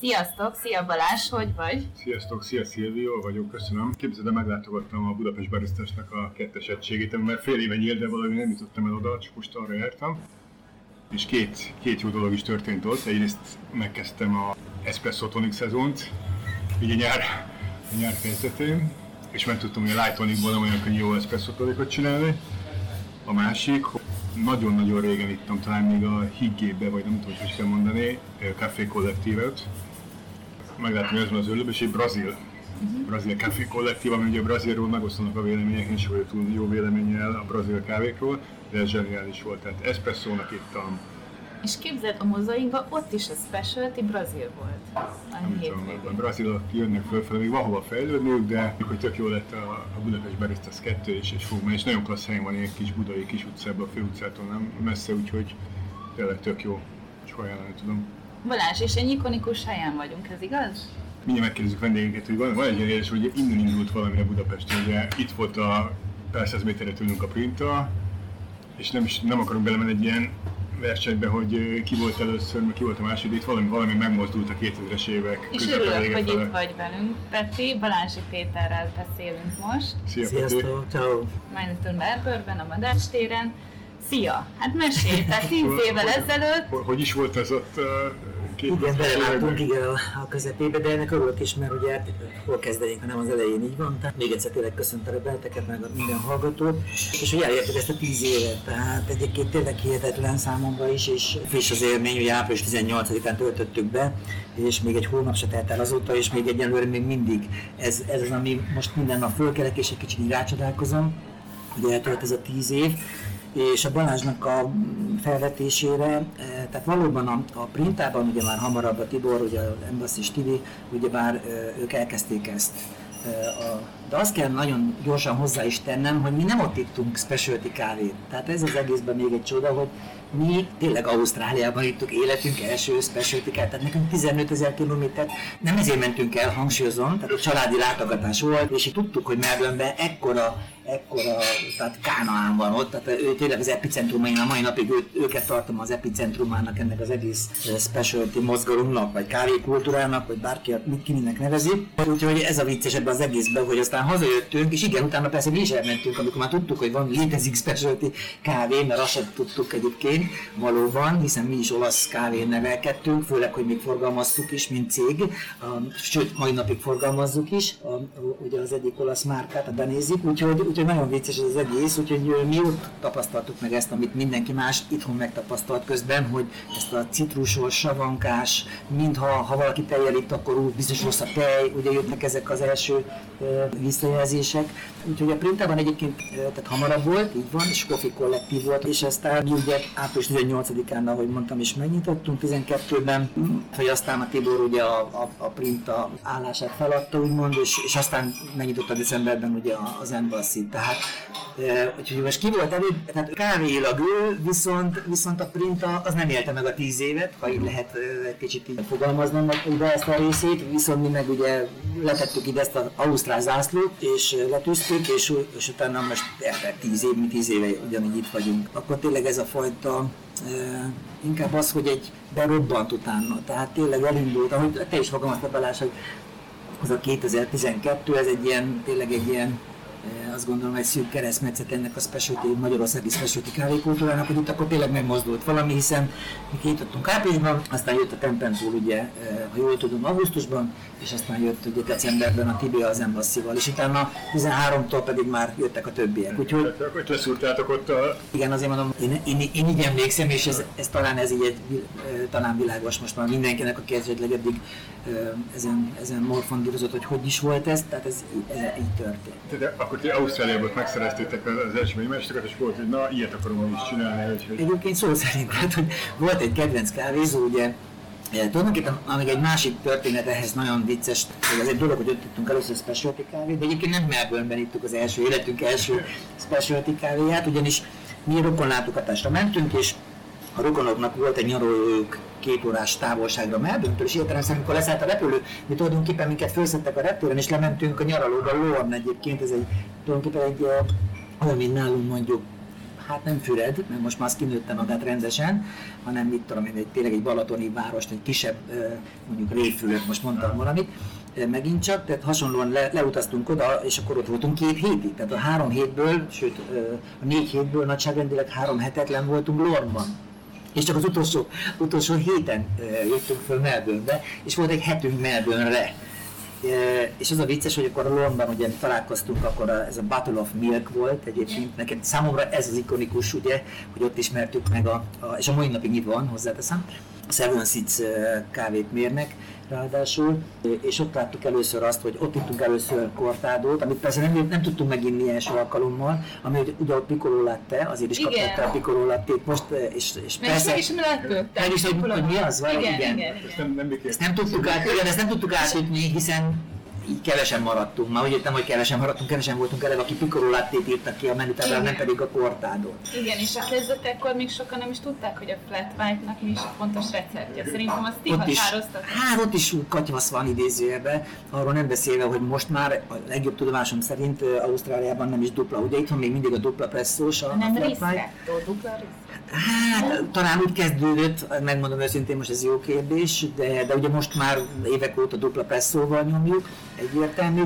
Sziasztok! Szia Balázs, hogy vagy? Sziasztok, szia Szilvi, jól vagyok, köszönöm. Képzeld, de meglátogattam a Budapest Baristásnak a 2-es egységét, mert fél éve nyílt, de valami nem jutottam el oda, csak most arra jártam. És két jó dolog is történt ott. Egyrészt megkezdtem a Espresso Tonic szezont, így a nyár kezdetén, és megtudtam, hogy a Light Tonicból nem olyan könnyű jó Espresso Tonicot csinálni. A másik, nagyon-nagyon régen ittam, talán még a Higgébe, vagy nem tudom, hogy kell mondani, Café Kollektívet. Megláttam, hogy ez van az öllőben, és egy brazil Café Kollektív, ami ugye a Brazilról megosztanak a vélemények, nincs olyan túl jó véleménnyel a brazil kávékról, de ez zseniális volt, tehát Espresso-nak ittam. És képzeld, a Mozaikban ott is a specialty brazil volt. Nem tudom, a brazilok jönnek fölfelé, még van hova fejlődniük, de hogy tök jó lett a Budapest Baristas 2 és fog menni, és nagyon klassz helyen van, egy kis budai kis utcában, a főutcától nem messze, úgyhogy tényleg tök jó, és ajánlani tudom. Balázs, és egy ikonikus helyen vagyunk, ez igaz? Mindjárt megkérdezzük vendégeket, hogy van egy ilyen érzés, hogy innen indult valamire Budapesten, ugye itt volt a pár száz méterre tőlünk a Printa, és nem akarunk belemenni egy ilyen versenybe, hogy ki volt először, meg ki volt a második, itt valami megmozdult a 2000-es évek. És örülök, hogy itt vagy velünk, Peti. Balázsi Péterrel beszélünk most. Szia, sziasztok, ciao. Mindestone Erberben, a Madách téren. Szia! Hát mesélj, tehát 10 évvel ezelőtt... Hogy is volt ez ott? Igen, belevágtunk a közepébe, de ennek örülök is, mert ugye hát hol kezdenénk, ha nem az elején így van. Tehát még egyszer tényleg köszöntelek benneteket, meg minden hallgatót. És hogy elértük ezt a 10 évet, tehát egyébként tényleg hihetetlen számomra is, és friss az élmény, hogy április 18-án töltöttük be, és még egy hónap se telt el azóta, és még egyenlőre még mindig ez az, ami most minden nap fölkelek, és egy kicsit így rácsodálkozom, hogy eltölt ez a 10 év. És a Balázsnak a felvetésére, tehát valóban a Printában, ugye már hamarabb a Tibor, ugye a Embassy Tibi, ugye már ők elkezdték ezt. De azt kell nagyon gyorsan hozzá is tennem, hogy mi nem ott ittunk specialty kávét. Tehát ez az egészben még egy csoda, hogy mi tényleg Ausztráliában ittuk életünk első specialty kávét, tehát nekünk 15 000 kilométert, nem ezért mentünk el, hangsúlyozom, tehát a családi látogatás volt, és így tudtuk, hogy Melbourneben ekkora, tehát Kánaán van ott, tehát ő tényleg az epicentrum, én a mai napig őket tartom az epicentrumának ennek az egész specialty mozgalomnak, vagy kávékultúrának, vagy bárki kinek nevezi. Úgyhogy ez a vicces ebben az egészben, hogy aztán hazajöttünk, és igen, utána persze mi is elmentünk, amikor már tudtuk, hogy létezik specialty kávé, mert azt sem tudtuk egyébként valóban, hiszen mi is olasz kávén nevelkedtünk, főleg, hogy még forgalmaztuk is, mint cég, sőt, mai napig forgalmazzuk is, ugye az egyik olasz márkát, a Danézik, úgyhogy nagyon vicces ez az egész, úgyhogy mi ott tapasztaltuk meg ezt, amit mindenki más itthon megtapasztalt közben, hogy ezt a citrusos, savankás, ha valaki tejjel itt, akkor biztos rossz a tej, ugye jöttnek ezek az első visszajelzések. Úgyhogy a Printában egyébként tehát hamarabb volt, így van, és Coffee Kollektív volt, és aztán mi ugye április 18-án, ahogy mondtam, is megnyitottunk 12-ben, hogy aztán a Tibor ugye a Printa állását feladta, úgymond, és aztán megnyitotta decemberben ugye az Embassy. Tehát, úgyhogy most ki volt elég, tehát kávéilag ő, viszont a Printa az nem élte meg a 10 évet, ha így lehet egy kicsit így fogalmaznom ide ezt a részét, viszont mi meg ugye letettük ide ezt az ausztrál zászlót, és letűztük, és utána most eltelt 10 év, mi 10 éve ugyanígy itt vagyunk. Akkor tényleg ez a fajta, inkább az, hogy egy berobbant utána, tehát tényleg elindult, ahogy te is fogalmaztad Balázs, hogy az a 2012, ez tényleg egy ilyen, azt gondolom, egy szűk keresztmetszet ennek a specialty, magyarországi specialty kávékultúrának, hogy itt akkor tényleg megmozdult valami, hiszen mi kinyitottunk áprilisban, aztán jött a Tempentúl, ugye, ha jól tudom, augusztusban, és aztán jött ugye decemberben a Tibi az Embassy-val, és utána 13-tól pedig már jöttek a többiek. Úgyhogy akkor leszúrtátok ott a... Igen, azért mondom, én így emlékszem, és ez talán talán világos most már mindenkinek, aki esetleg eddig ezen morfondírozott, hogy is volt ez, tehát ez így történt. De akkor ti Ausztráliában megszereztétek az első mesteret, és volt, hogy na, ilyet akarom is csinálni. Hogy... Egyébként szó szerint, hát, hogy volt egy kedvenc kávézó, ugye, tulajdonképpen még egy másik történet ehhez nagyon vicces, hogy az egy dolog, hogy ott ittunk először specialty kávét, de egyébként nem Melbourneben ittuk az életünk első specialty kávéját, ugyanis mi rokonlátogatásra mentünk, és a rokonoknak volt egy nyaralójuk 2 órás távolságra Melbourne-től, és értelemszerűen, amikor leszállt a repülő, mi tulajdonképpen minket felszedtek a reptéren, és lementünk a nyaralóba, Loan egyébként, ez tulajdonképpen egy olyan, mint nálunk mondjuk, hát nem Füred, mert most már azt kinőtte magát rendesen, hanem mit tudom én, tényleg egy balatoni várost, egy kisebb, mondjuk Révfülöt, most mondtam valamit, megint csak, tehát hasonlóan leutaztunk oda, és akkor ott voltunk 2 hétig, tehát a 3 hétből, sőt a 4 hétből nagyságrendileg 3 hetet lenn voltunk Lorne-ban. És csak az utolsó héten jöttünk föl Melbourne-be, és volt egy hetünk Melbourne-re. És az a vicces, hogy akkor a Londonban ugye találkoztunk, akkor ez a Battle of Milk volt egyébként, nekem számomra ez az ikonikus, ugye, hogy ott ismertük meg, és a mai napig itt van, hozzáteszem, a Seven Seeds kávét mérnek ráadásul, és ott láttuk először azt, hogy ott ittunk először kortádót, amit persze nem tudtunk meginni első alkalommal, ami ugye ott piccolo latte, azért is kapta a piccolo lattét most, és persze... Meg is lepődtem. Meg is, hogy mi az? Igen. Ezt nem tudtuk átütni, hiszen így kevesen maradtunk. Már úgy értem, hogy kevesen voltunk eleve, aki piccolo lattét írtak ki a menütáblára, nem pedig a cortádót. Igen, és a kezdetekkor még sokan nem is tudták, hogy a flat white-nak mi is a pontos receptje. Szerintem azt ti határoztatok. Hát ott is katyvasz van idézőjelben, arról nem beszélve, hogy most már a legjobb tudomásom szerint Ausztráliában nem is dupla. Ugye itthon még mindig a dupla presszós a nem flat ristretto, white. dupla ristretto. Hát talán úgy kezdődött, megmondom őszintén, most ez jó kérdés, de ugye most már évek óta dupla presszóval nyomjuk, egyértelmű,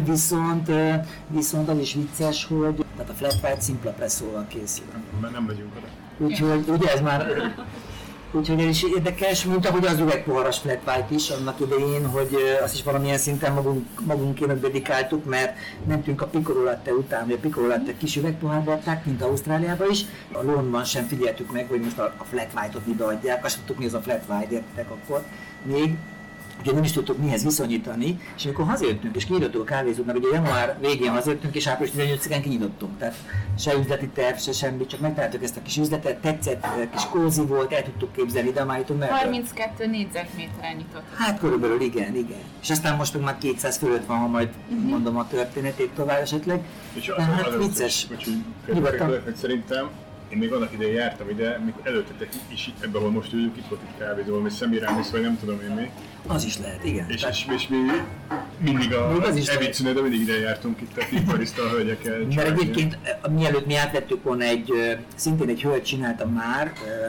viszont az is vicces, hogy tehát a flat white szimpla presszóval készül. Mert nem megyünk oda. Úgyhogy ugye ez már... Úgyhogy ez is érdekes, mint ahogy az üvegpoharas flat white is annak idején, hogy azt is valamilyen szinten magunkének dedikáltuk, mert mentünk a piccolo latte után, hogy a piccolo latte kis üvegpohárba adták, mint Ausztráliában is. A Londonban sem figyeltük meg, hogy most a flat white-ot mibe adják, azt tudtuk, mi az a flat white, értek akkor még. Ugye nem is tudtuk mihez viszonyítani, és amikor hazajöttünk és kinyitottuk a kávézót, mert ugye január végén hazajöttünk és április 18-án kinyitottunk, tehát se üzleti terv, se semmi, csak megtaláltuk ezt a kis üzletet, tetszett, kis kózi volt, el tudtuk képzelni, de már jutunk 32 négyzetméteren nyitottunk. Hát körülbelül igen. És aztán most meg már 200 fölött van, ha majd mondom a történetét tovább esetleg. És hát vicces. Szerintem én még annak idején jártam ide, mikor előttetek is ebben, ahol most ülünk, itt volt itt kávézó, valami Semiramis, vagy nem tudom én mi. Az is lehet, igen. És mi mindig a ebédszünetben mindig ide jártunk itt a bariszta hölgyekkel. Mert egyébként mielőtt mi átvettük volna szintén egy hölgy csinálta már,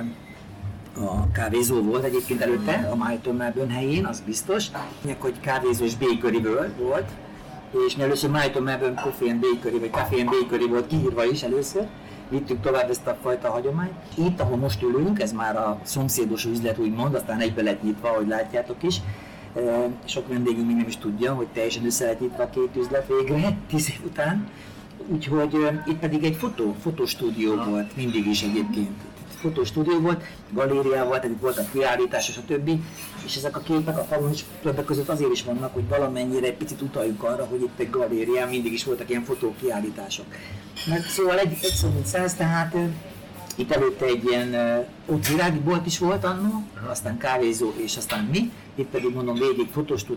a kávézó volt egyébként előtte, a Myton Melbourne helyén, az biztos, hogy kávézó és bakery volt, és mi először Myton Melbourne Coffee and Bakery, vagy Coffee and Bakery volt kiírva is először, vittük tovább ezt a fajta hagyományt. Itt, ahol most ülünk, ez már a szomszédos üzlet úgymond, aztán egybe lett nyitva, ahogy látjátok is. Sok vendégünk még nem is tudja, hogy teljesen össze lett nyitva a 2 üzlet végre, 10 év után. Úgyhogy itt pedig egy fotostúdió volt, mindig is egyébként. Fotostúdió volt, galériával, tehát itt volt a kiállítás és a többi, és ezek a képek a falon is többek között azért is vannak, hogy valamennyire egy picit utaljunk arra, hogy itt egy galérián mindig is voltak ilyen fotókiállítások. Mert szóval egy szó mint 100, tehát itt előtte egy ilyen ott virágbolt is volt annó, aztán kávézó és aztán mi, itt pedig mondom végig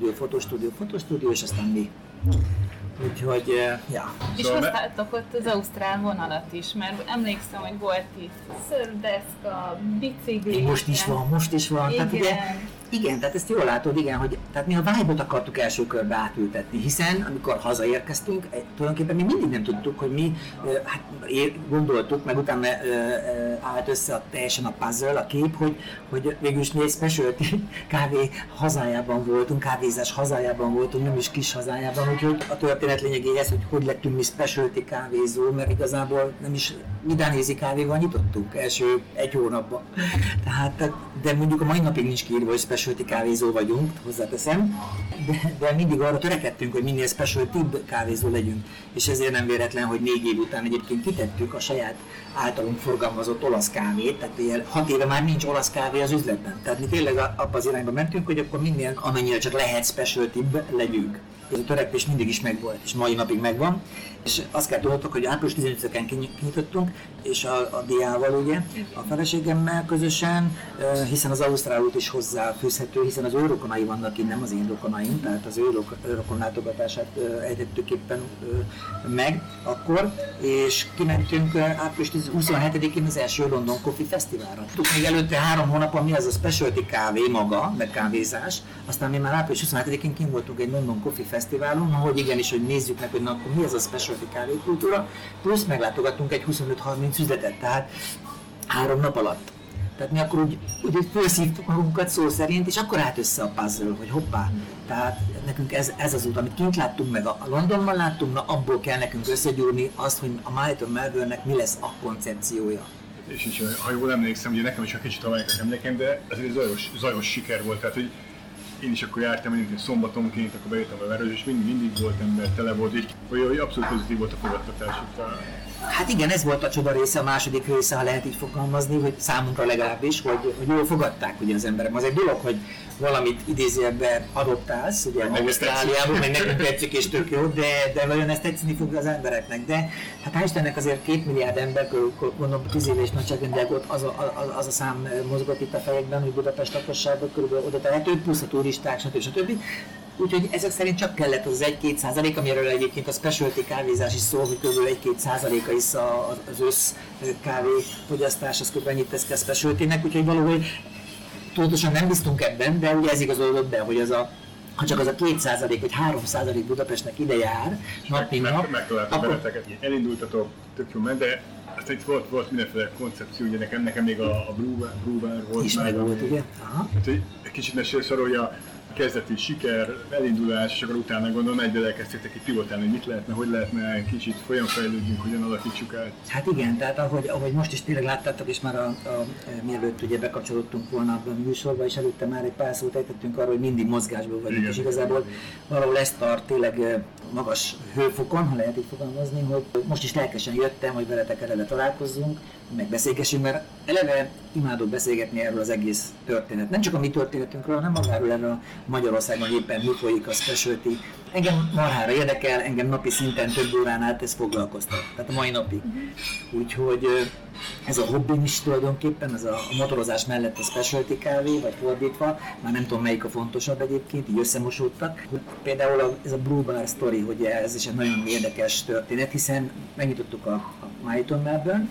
fotostúdió és aztán mi. Úgyhogy, ja. És hoztátok ott az ausztrál vonalat is, mert emlékszem, hogy volt itt szörfdeszka, bicikli. Most is van. Igen. Tehát ugye, igen, tehát ezt jól látod, igen, hogy tehát mi a vibe-ot akartuk első körbe átültetni, hiszen amikor hazaérkeztünk, tulajdonképpen mi mindig nem tudtuk, hogy mi, hát gondoltuk, meg utána állt össze teljesen a puzzle, a kép, hogy végül is mi egy specialty kávé hazájában voltunk, kávézás hazájában voltunk, nem is kis hazájában, úgyhogy a történet lényegéhez, hogy lettünk mi specialty kávézó, mert igazából nem is midánézi kávéval nyitottunk első 1 hónapban. Tehát, de mondjuk a mai napig nincs kiírva, hogy specialty kávézó vagyunk, hozzáteszem, de mindig arra törekedtünk, hogy minél specialty-bb kávézó legyünk, és ezért nem véletlen, hogy 4 év után egyébként kitettük a saját általunk forgalmazott olasz kávét, tehát ilyen 6 éve már nincs olasz kávé az üzletben. Tehát mi tényleg abba az irányba mentünk, hogy akkor minél amennyire csak lehet specialty-bb legyünk. Ez a törekvés mindig is megvolt, és mai napig megvan. És azt kell tudnotok, hogy április 15-én kinyitottunk, és a Diával ugye, a feleségemmel közösen, hiszen az ausztrál út is hozzáfűzhető, hiszen az ő rokonai vannak itt, nem az én rokonaim, tehát az ő rokon látogatását ejtettük éppen meg akkor, és kimentünk április 27-én az első London Coffee Fesztiválra. Tudtuk még előtte 3 hónapon mi az a specialty kávé maga, meg kávézás, aztán mi már április 27-én kint voltunk egy London Coffee fesztiválon, hogy igenis, hogy nézzük meg, hogy na, akkor mi ez a specialty kávékultúra, plusz meglátogattunk egy 25-30 üzletet, tehát 3 nap alatt. Tehát mi akkor úgy felszívtuk magunkat szó szerint, és akkor állt össze a puzzle, hogy hoppá. Tehát nekünk ez az út, amit kint láttunk, meg a Londonban láttunk, na abból kell nekünk összegyúrni azt, hogy a Maiton Melbourne-nek mi lesz a koncepciója. És ha jól emlékszem, ugye nekem is a kicsit haványok emlékem, de ez egy zajos siker volt, tehát hogy én is akkor jártam, mindig szombatonként, akkor bejöttem a városba, és mindig volt ember, tele volt, így, hogy abszolút pozitív volt a fogadtatás itt a... Hát igen, ez volt a csoda része, a második része, ha lehet így fogalmazni, hogy számunkra legalábbis, hogy jól fogadták ugye az emberek. Az egy dolog, hogy valamit idézőjelben adoptálsz, ugye Ausztráliában, meg nekünk tetszik és tök jó, de vajon ezt tetszeni fog az embereknek. De hát hál' Istennek azért 2 milliárd ember, mondom 10 éves nagyságrendileg ott az a szám mozgott itt a fejekben, hogy Budapest lakosságban körülbelül oda tehető, plusz a turisták, stb. Úgyhogy ezek szerint csak kellett az 1-2%, amiről egyébként a specialty kávézás is szól, hogy kb. 1-2%-a is az össz kávéfogyasztás, az kb. Ennyit tesz ki a specialtynek, úgyhogy valahogy tudatosan nem biztunk ebben, de ugye ez igazolódott be, hogy ha csak az a 2% vagy 3% Budapestnek ide jár, nap mint nap, megtaláltuk beleteket, elindultatok, tök jó ment, de aztán itt volt mindenféle koncepció, ugye nekem még a Brew volt. Is meg volt, ugye? Hát, hogy egy kicsit mesélsz arról, hogy a kezdeti siker, elindulás, és akkor utána gondolom egyből elkezdtétek itt pivotálni, hogy mit lehetne, hogy lehetne kicsit folyamfejlődjünk, hogyan alakítsuk át. Hát igen, tehát ahogy most is tényleg láttátok, és már mielőtt ugye bekapcsolódtunk volna a műsorba, és előtte már egy pár szót ejtettünk arról, hogy mindig mozgásból vagyunk, és igazából valahol ezt tart tényleg magas hőfokon, ha lehet így fogalmazni, hogy most is lelkesen jöttem, hogy veletek eleve találkozzunk, meg beszélgessünk, mert eleve imádok beszélgetni erről az egész történet. Nem csak a mi történetünkről, hanem magáról erről a Magyarországon éppen mi folyik a specialty. Engem marhára érdekel, engem napi szinten több órán át ez foglalkoztat, tehát a mai napig. Úgyhogy ez a hobbim is tulajdonképpen, ez a motorozás mellett a specialty kávé, vagy fordítva, már nem tudom melyik a fontosabb egyébként, így összemosódtak. Például ez a Brew Bar Story, hogy ez is egy nagyon érdekes történet, hiszen megnyitottuk a Maiton Melbourne,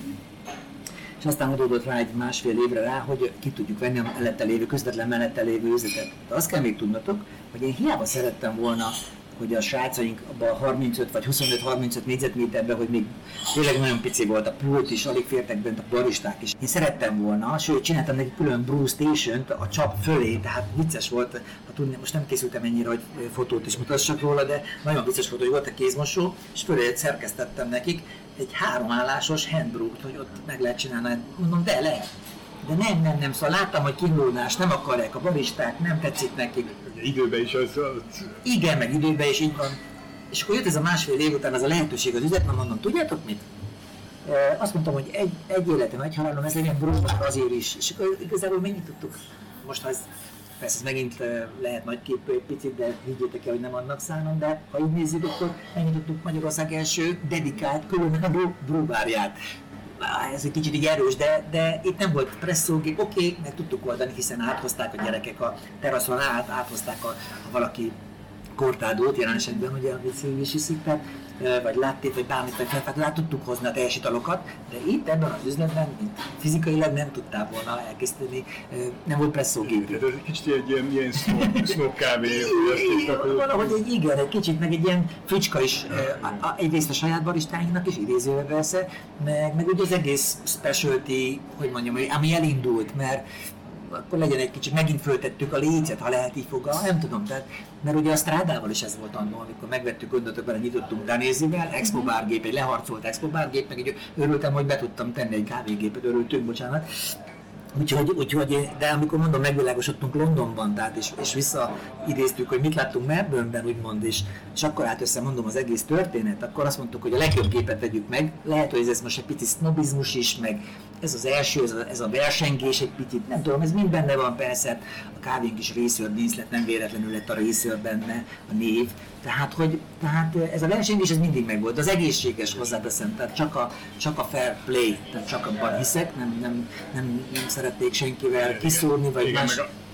és aztán adódott rá egy 1,5 évre rá, hogy ki tudjuk venni a mellette lévő, közvetlen mellette lévő üzletet. De azt kell még tudnotok, hogy én hiába szerettem volna, hogy a srácaink abban a 35 vagy 25-35 négyzetméterben, hogy még tényleg nagyon pici volt a pult is, alig fértek bent a baristák is. Én szerettem volna, sőt csináltam neki külön Brew Station-t a csap fölé, tehát vicces volt, ha tudni, most nem készültem ennyire, hogy fotót is mutassak róla, de nagyon vicces volt, hogy volt a kézmosó, és fölé szerkesztettem nekik egy 3 állásos handbrewt, hogy ott meg lehet csinálni. Mondom, de lehet. De nem, szóval láttam, hogy kínlódás, nem akarják a baristák, nem tetszik nekik. Időben is az... Igen, meg időben is így van. És akkor jött ez a 1,5 év után az a lehetőség az üzletben, mondom, tudjátok mit? Azt mondtam, hogy egy életem, egy halálom, ez legyen Brewbar azért is. És akkor igazából mennyit tudtuk? Most ha ez, persze ez megint lehet nagy kép picit, de higgyétek el, hogy nem annak szánom, de ha így nézzük, akkor mennyit tudtuk Magyarország első dedikált, különálló brewbárját. Ez egy kicsit így erős, de itt nem volt presszógép, oké, meg tudtuk oldani, hiszen áthozták a gyerekek a teraszon áthozták ha valaki kortádót, jelen esetben ugye a WC is iszik, vagy láttét, vagy bármit, vagy felfát, rá tudtuk hozni a teljesítalokat, de itt ebben az üzletben fizikailag nem tudtál volna elkészíteni, nem volt presszógép. Ez egy kicsit egy ilyen snob kávé. Valahogy igen, egy kicsit, meg egy ilyen fricska is, egyrészt a saját baristáinknak is idézővel persze, meg ugye az egész specialty, hogy mondjam, ami elindult, mert akkor legyen egy kicsit, megint föltettük a lécet, ha lehet így fogalmazni, nem tudom, tehát, mert ugye a Strádával is ez volt annól, amikor megvettük, gondoltok bele, nyitottunk Danézivel, Expo bárgép, egy leharcolt Expo bárgép, meg így örültem, hogy be tudtam tenni egy kávégépet, örültünk, bocsánat. Úgyhogy, de amikor mondom, megvilágosodtunk Londonban, tehát és visszaidéztük, hogy mit láttunk Melbourne-ben, úgymond, és akkor át össze mondom az egész történet, akkor azt mondtuk, hogy a legjobb képet vegyük meg, lehet, hogy ez most egy pici sznobizmus is, meg ez az első, ez a versengés egy picit, nem tudom, ez mind benne van persze, a kávénk is racer díszlet, nem véletlenül lett a racer benne a név, tehát ez a versengés ez mindig megvolt, az egészséges hozzáteszem, tehát csak a fair play, tehát csak abban hiszek, nem szerették senkivel kiszúrni, vagy igen, más.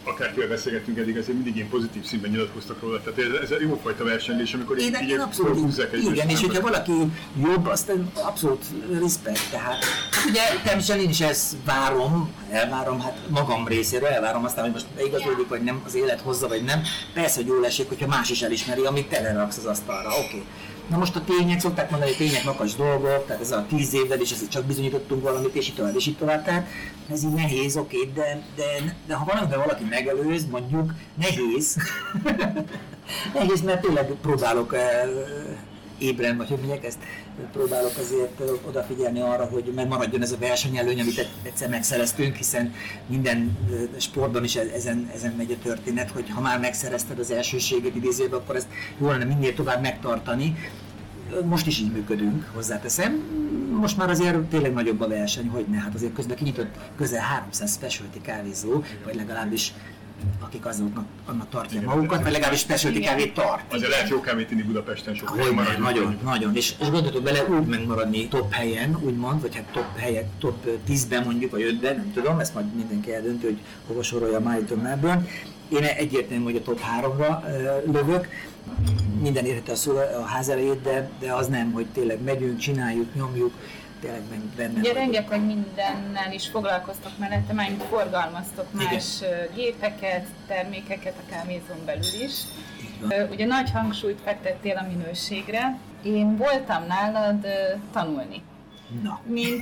akárkivel beszélgettünk eddig, azért mindig ilyen pozitív színben nyilatkoztak róla, tehát ez a jófajta versengés, amikor én abszolút húzzák egymást. Igen, és hogyha valaki jobb, azt abszolút respekt, tehát ugye természetesen én is ezt elvárom, hát magam részéről elvárom, aztán, hogy most igazolódik, vagy nem, az élet hozza, vagy nem. Persze, hogy jól esik, hogyha más is elismeri, amit te leraksz az asztalra, oké. Na most a tények, szokták mondani, hogy tények makacs dolgok, tehát ez a 10 évvel is azért csak bizonyítottunk valamit, és itt tovább, tehát ez így nehéz, oké, de ha valamiben valaki megelőz, mondjuk nehéz, nehéz, mert tényleg próbálok ébren, vagy hogy mondják ezt, próbálok azért odafigyelni arra, hogy megmaradjon ez a versenyelőny, amit egyszer megszereztünk, hiszen minden sportban is ezen megy a történet, hogy ha már megszerezted az elsőséget idézőben, akkor ezt jól lenne minél tovább megtartani. Most is így működünk, hozzáteszem. Most már azért tényleg nagyobb a verseny, hogy ne, hát azért közben kinyitott közel 300 specialty kávézó, vagy legalábbis akik annak tartják magukat, vagy legalábbis specialty kávét tart. Azért lehet jó kávét inni Budapesten, sok helyen maradni. Nagyon. És gondoltok bele úgy megmaradni top helyen, úgymond, vagy hát top 10-ben mondjuk, vagy 5-ben, nem tudom, ezt majd mindenki eldönti, hogy hova sorolja a Mile Melbourne. Én egyértelmű, hogy a top 3-ra lövök. Minden érheti a ház elejét, de az nem, hogy tényleg megyünk, csináljuk, nyomjuk. Ugye rengeteg mindennel is foglalkoztok mellette, már forgalmaztok más gépeket, termékeket a kávézón belül is. Ugye nagy hangsúlyt fektettél a minőségre. Én voltam nálad tanulni. Na. Mint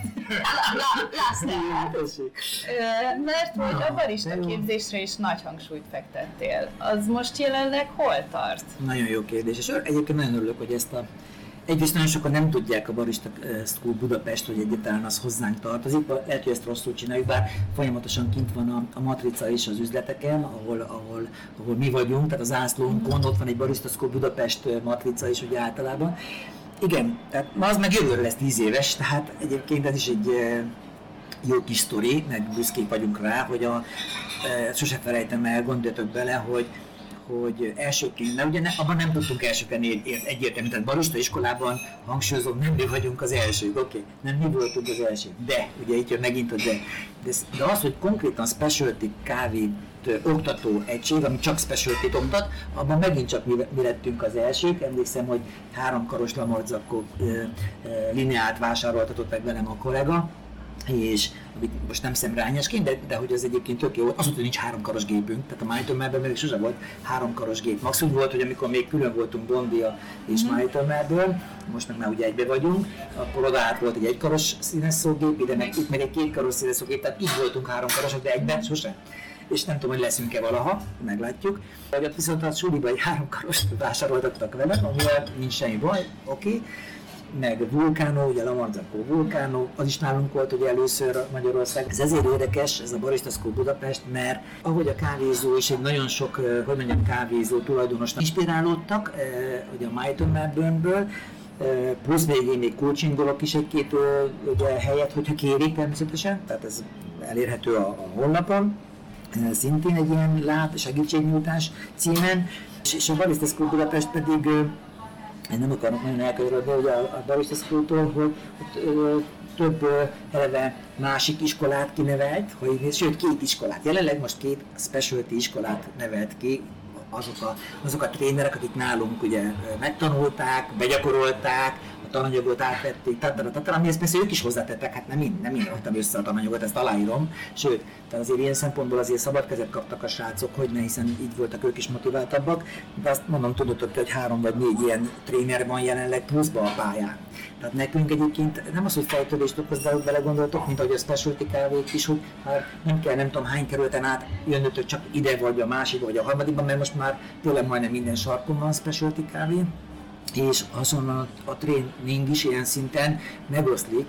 mert hogy a barista képzésre is nagy hangsúlyt fektettél. Az most jelenleg hol tart? Nagyon jó kérdés, és egyébként nagyon örülök, hogy ezt egyrészt nagyon sokan nem tudják a Barista School Budapest, hogy egyáltalán az hozzánk tartozik, lehet, hogy ezt rosszul csináljuk, bár folyamatosan kint van a matrica is az üzleteken, ahol mi vagyunk, tehát az ászlónkon ott van egy Barista School Budapest matrica is ugye általában. Igen, tehát az meg jövőre lesz 10 éves, tehát egyébként ez is egy jó kis sztori, meg büszkék vagyunk rá, hogy sose felejtem el, gondoljatok bele, hogy elsőként, de ugye abban nem tudtunk elsőként egyértelmű, tehát barista iskolában hangsúlyozom, nem mi vagyunk az elsők, oké, nem mi voltunk az elsők, de, ugye itt jön megint a de az, hogy konkrétan specialty kávét oktató egység, ami csak specialty-t oktat, abban megint csak mi lettünk az elsők. Emlékszem, hogy 3 karos Lamorzacco lineát vásároltatott meg velem a kollega, és amit most nem szemrányásként, de hogy az egyébként tök jó volt, az, hogy nincs 3 karos gépünk, tehát a Mile Melbourne még sose volt 3 karos gép. Max úgy volt, hogy amikor még külön voltunk Dondia és Mile Melbourne, most meg már ugye egybe vagyunk, akkor oda át volt egy 1 karos színesszógép, ide meg itt meg egy 2 karos színesszógép, tehát így voltunk 3 karosok, de egyben sose. És nem tudom, hogy leszünk-e valaha, meglátjuk. Vagy ott viszont a suliba egy 3 karost vásároltattak velem, amivel nincs semmi baj, oké. Meg Vulcano, ugye Lamorzacco Vulcano, az is nálunk volt ugye először Magyarország. Ez ezért érdekes, ez a Barista School Budapest, mert ahogy a kávézó és egy nagyon sok, kávézó tulajdonosnak inspirálódtak, ugye a Mile Melbourne-ből, plusz végén még coachingolok is egy-két helyet, hogyha kérik természetesen, tehát ez elérhető a honlapon, szintén egy ilyen segítségnyújtás címen, és a Barista School Budapest pedig én nem akarok nagyon elkönyörödni ugye a Barista School-tól, hogy több eleve másik iskolát kinevelt, sőt 2 iskolát. Jelenleg most 2 specialty iskolát nevelt ki, azok a trénerek, akik nálunk ugye megtanulták, begyakorolták, a tananyagot átvették, amihez persze ők is hozzátettek, hát nem én raktam össze a tananyagot, ezt aláírom, sőt, tehát azért ilyen szempontból azért szabad kezet kaptak a srácok, hogy ne, hiszen így voltak ők is motiváltabbak, de azt mondom, tudod, hogy 3 vagy 4 ilyen tréner van jelenleg pluszba a pályán. Tehát nekünk egyébként nem az, hogy fejtörést okoz, de belegondoltok, mint ahogy a specialty kávék is, hogy már nem kell nem tudom hány kerületen át jönnötök csak ide vagy a másik vagy a harmadikban, mert most már tényleg majdnem minden sarkon van specialty kávé. És hasonlóan a tréning is ilyen szinten megoszlik,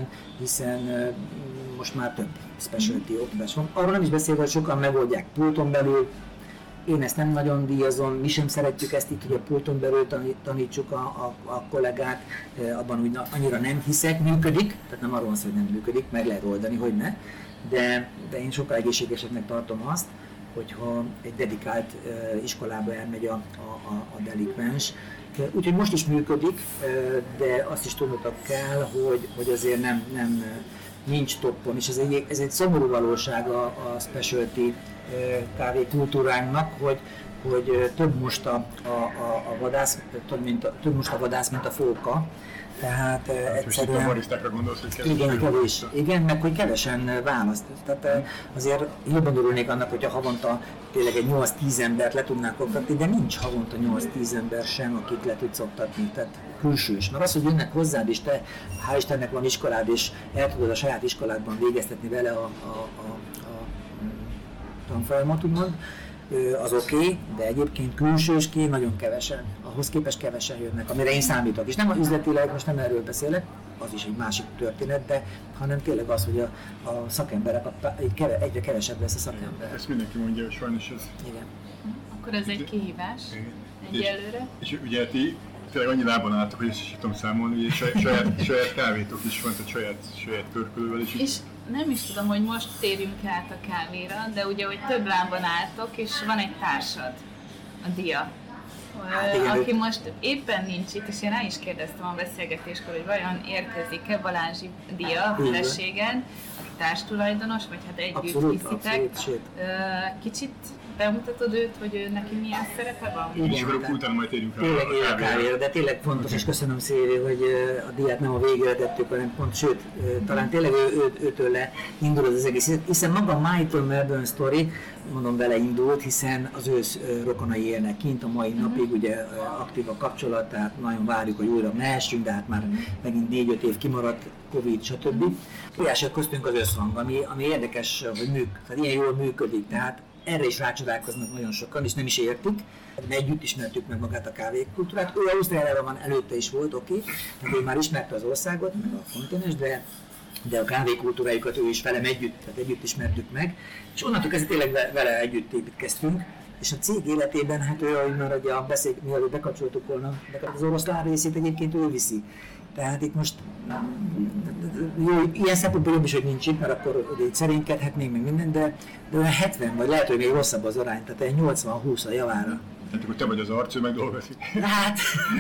hiszen most már több specialty oktatás van. Arról nem is beszélve, hogy sokan megoldják pulton belül. Én ezt nem nagyon díjazom, mi sem szeretjük ezt itt, hogy a pulton belül tanítsuk a kollégát, abban úgy annyira nem hiszek, működik, tehát nem arról van szó, hogy nem működik, meg lehet oldani, hogy ne, de én sokkal egészségesebbnek tartom azt, hogyha egy dedikált iskolába elmegy a delikvens. Úgyhogy most is működik, de azt is tudnotok kell, hogy azért nem nincs toppon, és ez egy szomorú valóság a specialty kávé kultúránknak, hogy több most a vadász, több most a vadász, mint a fóka. Tehát egyszerűen... A barisztákra gondolsz, hogy kevés. Igen, kevés. Igen, meg hogy kevesen választ. Tehát azért jobban örülnék annak, hogyha havonta tényleg egy 8-10 embert le tudnánk oktatni, de nincs havonta 8-10 ember sem, akit le tudsz oktatni. Tehát külsős. Mert az, hogy jönnek hozzád, és te, hál' Istennek van iskolád, és el tudod a saját iskoládban végeztetni vele a tanfolyamat, úgymond, az oké, de egyébként külsősként nagyon kevesen, ahhoz képest kevesen jönnek, amire én számítok. És nem az üzletileg, most nem erről beszélek, az is egy másik történet, de hanem tényleg az, hogy a szakemberek, egyre kevesebb lesz a szakember. Ezt mindenki mondja, hogy sajnos ez. Igen. Akkor ez egy kihívás egyelőre. És ugye ti tényleg annyi lábon álltok, hogy ezt is tudom számolni, hogy saját kávétok is van, tehát saját pörkölővel is. És nem is tudom, hogy most térjünk át a kávéra, de ugye, hogy több lábon álltok, és van egy társad, a Dia, aki most éppen nincs itt, és én rá is kérdeztem a beszélgetéskor, hogy vajon érkezik-e Balázsi Dia, a feleséged, aki társtulajdonos, vagy hát együtt viszitek. Kicsit bemutatod őt, hogy neki milyen szerepe van? És akkor utána majd térjünk rá a kávéra, de tényleg fontos, és köszönöm Széri, hogy a Diát nem a végére tettük, hanem pont, sőt, talán tényleg őtől indul az egész, hiszen maga a My Melbourne Story, mondom, vele indult, hiszen az ősz rokonai élnek kint a mai napig, ugye aktív a kapcsolat, tehát nagyon várjuk, hogy újra mehessünk, de hát már megint 4-5 év kimaradt, Covid, stb. Óriási köztünk az összhang, ami érdekes, hogy tehát ilyen jól működik, tehát erre is rácsodálkoznak nagyon sokan, és nem is értik. Mi együtt ismertük meg magát a kávékultúrát. Ő Ausztráliában van, előtte is volt, oké, tehát ő már ismerte az országot, meg a kontinens, de a kávékultúrájukat ő is velem együtt, tehát együtt ismertük meg. És onnantól kezdve tényleg vele együtt építkeztünk. És a cég életében, hát ő, ahogy már mielőtt bekapcsoltuk volna, de az oroszlán részét egyébként ő viszi. Tehát itt most jó, ilyen szempontból jobb is, hogy nincs itt, mert akkor ugye itt szerénykedhetnénk meg minden, de olyan 70, vagy lehet, hogy még rosszabb az arány, tehát 80-20 a javára. Tehát akkor te vagy az arc, ő meg dolgozik. Hát,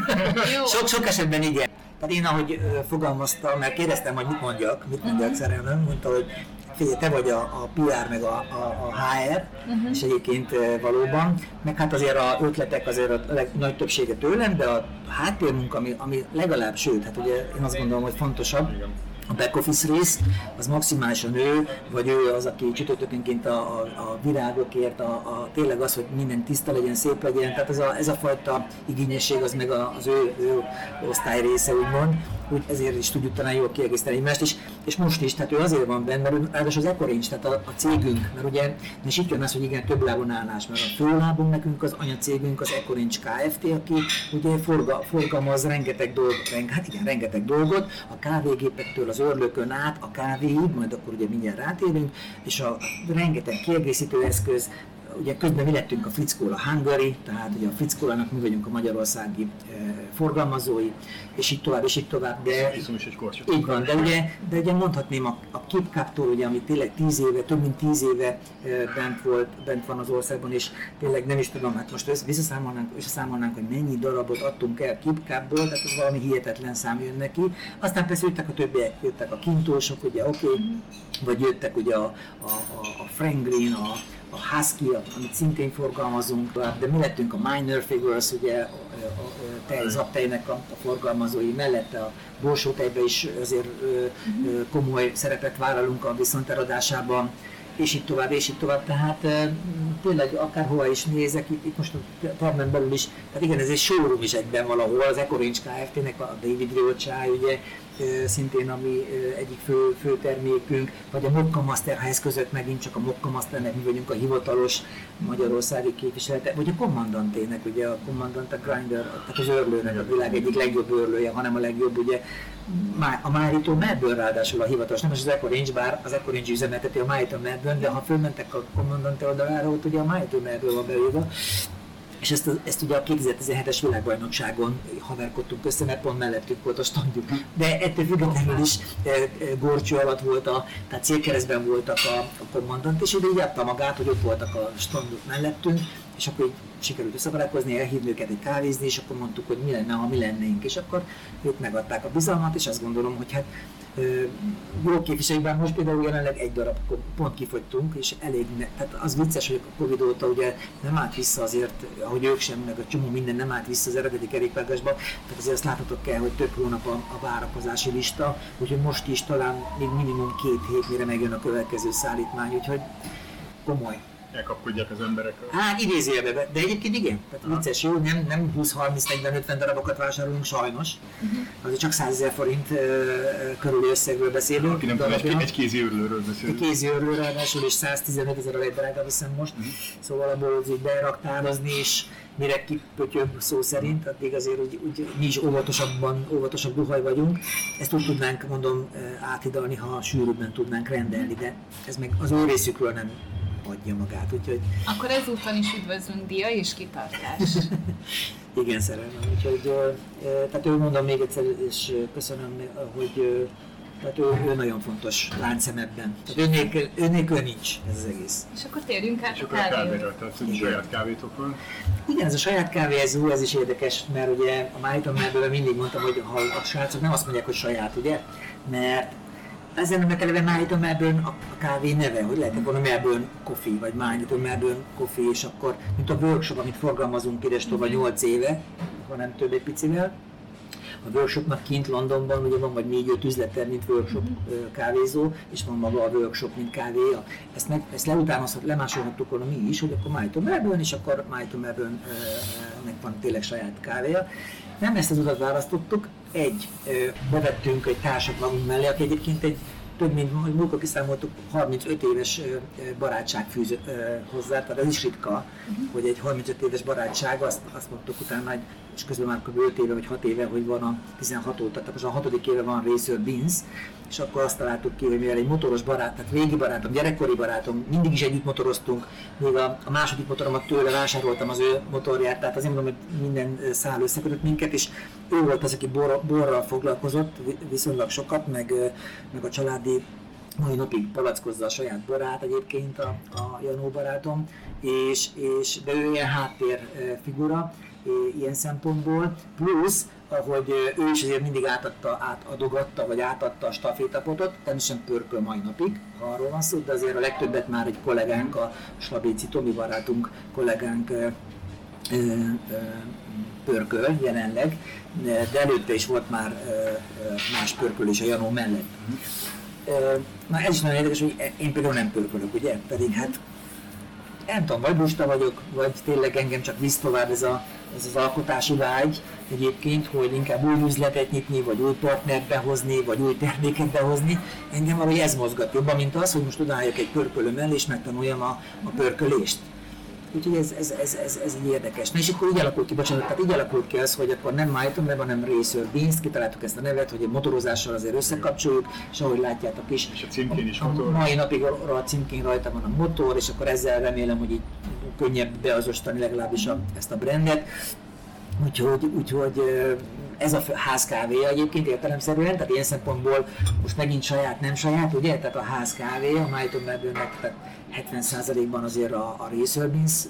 sok esetben igen. Tehát én ahogy fogalmaztam, mert kérdeztem, hogy mit mondjak szerelmem, mondta, hogy figyelj, te vagy a PR meg a HR, és egyébként valóban, meg hát azért az ötletek azért a nagy többsége tőlem, de a háttérmunka, ami legalább, sőt, hát ugye én azt gondolom, hogy fontosabb, a back office rész, az maximálisan ő, vagy ő az, aki csütörtökönként a virágokért, tényleg az, hogy minden tiszta legyen, szép legyen, tehát ez a fajta igényesség az meg az ő osztály része, úgymond, úgy ezért is tudjuk talán jól kiegészíteni egymást, és most is, tehát ő azért van benne, mert ráadásul az Ecorange, tehát a cégünk, mert ugye, és itt jön az, hogy igen, több lábon állás, mert a főlábunk nekünk az anyacégünk, az Ecorange Kft., aki ugye forgalmaz rengeteg dolgot, a kávégépektől az örlőkön át, a kávéig, majd akkor ugye mindjárt rátérünk, és a rengeteg kiegészítő eszköz, ugye közben mi lettünk a Fritz-Cola Hungary, tehát ugye a Fritz-Colának mi vagyunk a magyarországi forgalmazói, és így tovább, de így van, de ugye mondhatnám a KeepCup-tól, ugye, ami tényleg 10 éve, több mint 10 éve bent van az országban, és tényleg nem is tudom, hát most visszaszámolnánk, hogy mennyi darabot adtunk el KeepCup-ból, tehát ez valami hihetetlen szám jön neki. Aztán persze jöttek a többiek, jöttek a kintósok, ugye vagy jöttek ugye a Frank Green, a Husky, amit szintén forgalmazunk, de mi lettünk a Minor Figures, ugye a zaptejnek a forgalmazói, mellette a borsótejben is azért komoly szerepet vállalunk a viszonteladásában, és így tovább, tehát tényleg akárhova is nézek, itt most a termen belül is, tehát igen, ez egy showroom is egyben valahol, az Ecorange Kft.-nek a David Grill csáj, ugye, szintén ami egyik fő termékünk, vagy a Mokka Master, ha eszközök megint csak a Mokka Masternek, mi vagyunk a hivatalos magyarországi képviselete, vagy a Commandantének, ugye a Commandante Grinder, tehát az örlőnek a világ egyik legjobb örlője, hanem a legjobb, ugye a Márító Melbourne ráadásul a hivatalos, nem is az Ecorange, bár az Ecorange üzemelteti a Márító Melbourne, de ha fölmentek a Commandante oldalára, ott ugye a Márító Melbourne van beírva. És ezt ugye a 2017-es világbajnokságon haverkodtunk össze, mert pont mellettünk volt a standjuk. De ettől függetlenül is górcső alatt volt, tehát célkeresztben voltak a kommandant, és így adta magát, hogy ott voltak a standok mellettünk, és akkor így sikerült összebarátkozni, elhívni őket egy kávézni, és akkor mondtuk, hogy mi lenne, ha mi lennénk, és akkor ők megadták a bizalmat, és azt gondolom, hogy hát jól képviseljük, bár most például jelenleg egy darab pont kifogytunk, és elég, tehát az vicces, hogy a Covid óta ugye nem állt vissza azért, ahogy ők sem, meg a csomó minden nem állt vissza az eredeti kerékpárgásba, tehát azért azt láthatok kell, hogy több hónap a várakozási lista, úgyhogy most is talán még minimum 2 hét, mire megjön a következő szállítmány, úgyhogy komoly. Elkapkodják az emberek. Hát idézőjelben, de egyébként igen. Tehát vicces, jó, nem 20-30-40-50 darabokat vásárolunk sajnos. Azért csak 100 000 forint körüli összegről beszélünk. Aki nem tudom, egy kézi őrlőről beszélünk. Egy kézi őrlőről ráadásul, és 115 000 a legdrágább, hiszem most. Szóval abból így beraktározni, és mire kipötyög szó szerint, addig azért úgy mi is óvatosabb duhaj vagyunk. Ezt úgy tudnánk, mondom, áthidalni, ha sűrűbben tudnánk rendelni, de ez meg az ő részükről nem adja magát, úgyhogy... Akkor ezúton is üdvözlünk dia és kitartás. Igen, szerelmem, úgyhogy tehát ő mondom még egyszer, és köszönöm, hogy tehát ő nagyon fontos láncszem ebben. Tehát ő nélkül nincs ez az egész. És akkor térjünk át a kávéra, tehát a saját kávétok van. Igen, ez a saját kávé, ez is érdekes, mert ugye a Májton Melbourne mindig mondtam, hogy ha a srácok nem azt mondják, hogy saját, ugye? Mert ezen eleve Májton Melbourne a kávé neve, hogy lehetne volna Melbourne Coffee, vagy Májton Melbourne Coffee, és akkor, mint a workshop, amit forgalmazunk idestova 8 éve, ha nem több egy picivel. A workshopnak kint Londonban ugye van vagy 4-5 üzleter, mint workshop kávézó, és van maga a workshop, mint kávé. Ezt lemásolhattuk volna mi is, hogy akkor Májton Melbourne, és akkor Májton Melbourne-nek van tényleg saját kávéja. Nem ezt az utat választottuk, bevettünk egy társat magunk mellé, aki egyébként egy több mint, múltkor kiszámoltuk, 35 éves barátság fűz hozzá, tehát ez is ritka, hogy egy 35 éves barátság, azt mondtuk utána, és közben már kb. 5 éve vagy 6 éve, hogy van a 16 óta, tehát most a 6. éve van Racer Beans, és akkor azt találtuk ki, hogy mivel egy motoros barát, tehát régi barátom, gyerekkori barátom, mindig is együtt motoroztunk, még a második motoromat tőle vásároltam az ő motorját, tehát azért mondom, hogy minden szál összekötött minket, és ő volt az, aki borral foglalkozott viszonylag sokat, meg a családi mai napig palackozza a saját borát egyébként a Janó barátom, de ő ilyen háttérfigura ilyen szempontból, plusz, hogy ő is azért mindig átadta a stafétapotot, természetesen pörköl mai napig, ha arról van szó, de azért a legtöbbet már egy kollégánk, a Slabéci Tomi barátunk kollégánk pörköl jelenleg, de előtte is volt már más pörkölés a Janó mellett. Na ez is nagyon érdekes, hogy én például nem pörkölök, ugye? Pedig hát nem tudom, vagy lusta vagyok, vagy tényleg engem csak visz tovább ez az alkotási vágy egyébként, hogy inkább új üzletet nyitni, vagy új partnert behozni, vagy új terméket behozni. Engem valahogy ez mozgat jobban, mint az, hogy most odaálljak egy pörkölő mellé, és megtanuljam a pörkölést. Úgyhogy ez így érdekes. Na és akkor így alakult ki az, hogy akkor nem Májton, hanem Racer Beans, kitaláltuk ezt a nevet, hogy egy motorozással azért összekapcsoljuk, és ahogy látjátok is, és a címkén is motor. Mai napig a címkén rajta van a motor, és akkor ezzel remélem, hogy így könnyebb beazonosítani legalábbis ezt a brandet. Úgyhogy ez a házkávéja egyébként értelemszerűen, tehát ilyen szempontból most megint saját, nem saját, ugye? Tehát a házkávé, a Májton Melbourne-nek, tehát 70%-ban azért a Racer Beans-t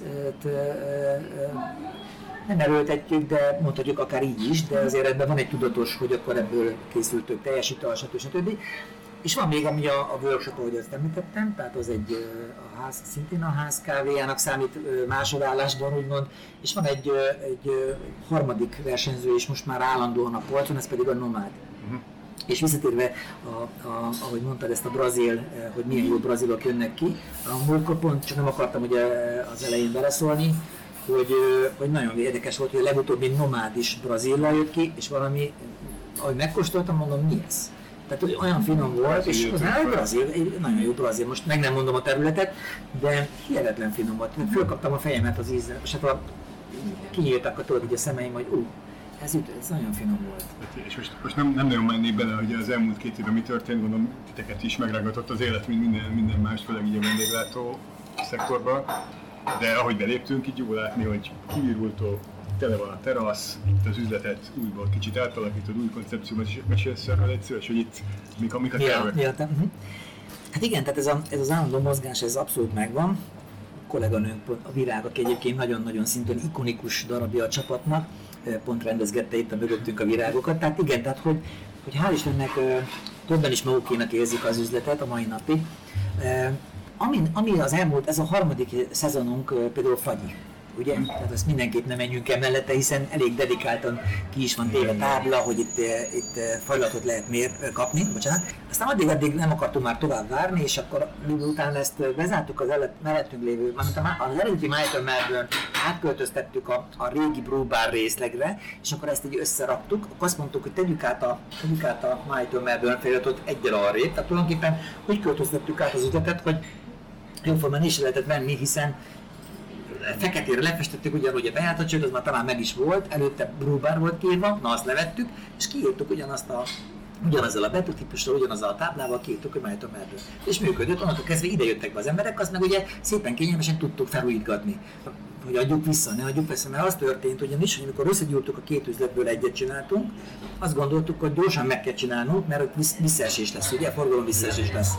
nem erőltetjük, de mondhatjuk akár így is, de azért ebben van egy tudatos, hogy akkor ebből készült több teljesítal, stb. És van még ami a workshop, ahogy azt említettem, tehát az szintén a ház kávéjának számít másodállásban, úgymond, és van egy harmadik versenyző is most már állandóan a polcon, ez pedig a Nomád. És visszatérve, ahogy mondtad ezt a brazil, hogy milyen jó brazilok jönnek ki, a múltkor pont csak nem akartam ugye az elején beleszólni, hogy nagyon érdekes volt, hogy a legutóbbi Nomád is Brazíllal jött ki, és valami, ahogy megkóstoltam, mondom, mi ez? Tehát olyan finom volt, és az egy nagyon jó brazil, most meg nem mondom a területet, de hihetetlen finom volt. Fölkaptam a fejemet az ízre, és hát kinyíltak a szemeim, hogy ez nagyon finom volt. És most nem nagyon mennék bele, hogy az elmúlt 2 évben mi történt, gondolom titeket is megrágatott az élet, mint minden más, főleg így a vendéglátó szektorban. de ahogy beléptünk, így jó látni, hogy kivirultó, tele van a terasz, itt az üzletet újból kicsit átalakítod, új koncepcióban, és mesélsz erről egyszerűen, hogy itt mik a tervek. Hát igen, tehát ez az állandó mozgás, ez abszolút megvan. A kolléganőnk, a Virág, aki egyébként nagyon-nagyon szintén ikonikus darabja a csapatnak, pont rendezgette itt a mögöttünk a virágokat. Tehát igen, tehát hogy hál' Istennek többen is magukénak érzik az üzletet a mai napig. Ami az elmúlt, ez a harmadik szezonunk például fagyi. Ugye? Tehát azt mindenképp nem menjünk el mellette, hiszen elég dedikáltan ki is van téve tábla, hogy itt fajlatot lehet kapni, bocsánat. Aztán addig nem akartunk már tovább várni, és akkor miután ezt bezártuk az mellettünk lévő, az eredeti Myton Melbourne átköltöztettük a régi Brewbar részlegre, és akkor ezt így összeraktuk, akkor azt mondtuk, hogy tegyük át a Myton Melbourne feliratot egyel arrébb, tehát tulajdonképpen úgy költöztettük át az üzletet, hogy jóformán is lehetett venni, hiszen feketére lefestettük ugyanúgy a bejáratot, sőt az már talán meg is volt, előtte Brewbar volt kiírva, na azt levettük, és kiírtuk ugyanazzal a betűtípussal, ugyanazzal a táblával kiírtuk, hogy Myton Melbourne. És működött, onnantól kezdve ide jöttek be az emberek, azt meg ugye szépen kényelmesen tudtuk felújítgatni. Hogy adjuk vissza, ne adjuk vissza, mert az történt ugyanis, hogy amikor összegyúrtuk a két üzletből egyet csináltunk, azt gondoltuk, hogy gyorsan meg kell csinálnunk, mert ott visszaesés lesz, ugye, forgalom visszaesés lesz.